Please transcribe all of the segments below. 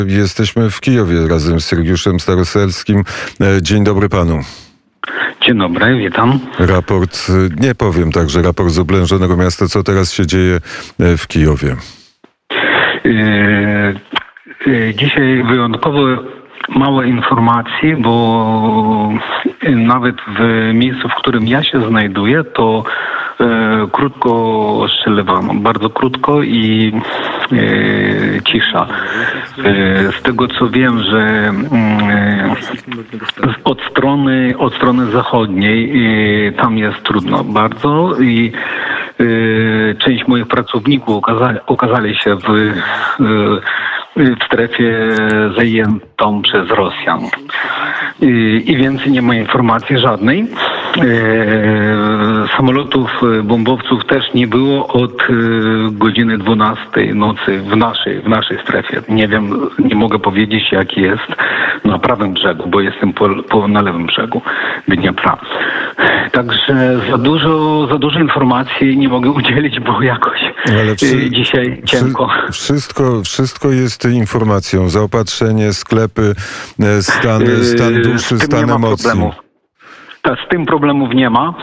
Jesteśmy w Kijowie razem z Sergiuszem Staroselskim. Dzień dobry panu. Dzień dobry, witam. Raport, nie powiem tak, że raport z oblężonego miasta. Co teraz się dzieje w Kijowie? Dzisiaj wyjątkowo mało informacji, bo nawet w miejscu, w którym ja się znajduję, to krótko ostrzeliwano, bardzo krótko i cisza. Z tego co wiem, że od strony zachodniej tam jest trudno bardzo i część moich pracowników okazali się w strefie zajętą przez Rosjan. I więcej nie ma informacji żadnej. Samolotów, bombowców też nie było od godziny 12 nocy w naszej strefie. Nie wiem, nie mogę powiedzieć jak jest na prawym brzegu, bo jestem na lewym brzegu Dniepra. Także za dużo informacji nie mogę udzielić, bo jakoś dzisiaj cienko. Wszystko jest informacją. Zaopatrzenie, sklepy, stan duszy, stan emocji. Z tym problemów nie ma.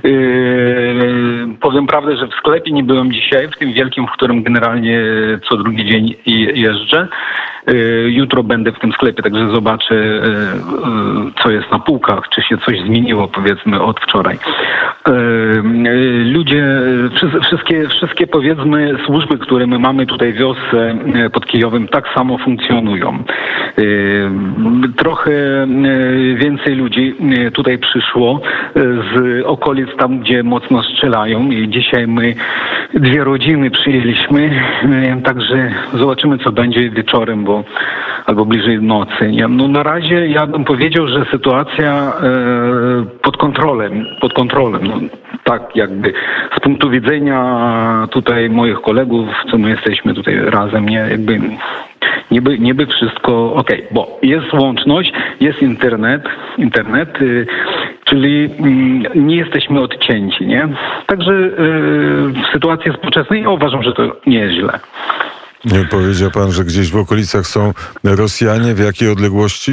Powiem prawdę, że w sklepie nie byłem dzisiaj, w tym wielkim, w którym generalnie co drugi dzień jeżdżę. Jutro będę w tym sklepie, także zobaczę, co jest na półkach, czy się coś zmieniło, powiedzmy, od wczoraj. Ludzie, wszystkie powiedzmy służby, które my mamy tutaj w wiosce pod Kijowem, tak samo funkcjonują. Trochę więcej ludzi tutaj przyszło z okolic tam, gdzie mocno strzelają i dzisiaj my 2 rodziny przyjęliśmy, także zobaczymy, co będzie wieczorem, albo bliżej nocy. No na razie ja bym powiedział, że sytuacja pod kontrolą. No, tak jakby z punktu widzenia tutaj moich kolegów, co my jesteśmy tutaj razem, niby wszystko okej, bo jest łączność, jest internet, czyli nie jesteśmy odcięci, nie? Także sytuacja współczesna, ja uważam, że to nie jest źle. Nie powiedział pan, że gdzieś w okolicach są Rosjanie? W jakiej odległości?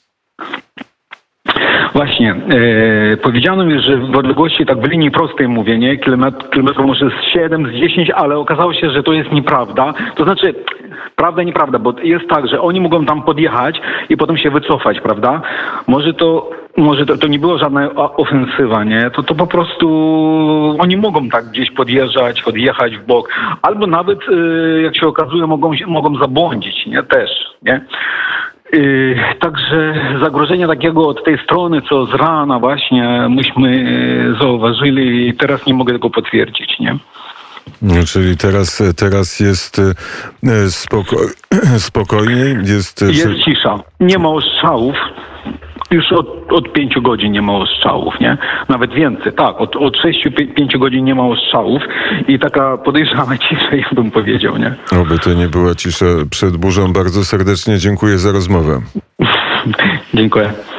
Właśnie, powiedziano mi, że w odległości, tak w linii prostej mówię, nie? Kilometrów może z 7, z 10, ale okazało się, że to jest nieprawda. To znaczy, prawda, nieprawda, bo jest tak, że oni mogą tam podjechać i potem się wycofać, prawda? Może to nie była żadna ofensywa, nie? To po prostu oni mogą tak gdzieś podjeżdżać, odjechać w bok. Albo nawet, jak się okazuje, mogą zabłądzić, nie? Też, nie? Także zagrożenia takiego od tej strony, co z rana właśnie myśmy zauważyli i teraz nie mogę tego potwierdzić, nie? Czyli teraz jest spokojniej? Jest cisza. Nie ma ostrzałów. Już od 5 godzin nie ma ostrzałów, nie? Nawet więcej, tak. Od 6-5 godzin nie ma ostrzałów i taka podejrzana cisza, ja bym powiedział, nie? Oby to nie była cisza przed burzą. Bardzo serdecznie dziękuję za rozmowę. Dziękuję.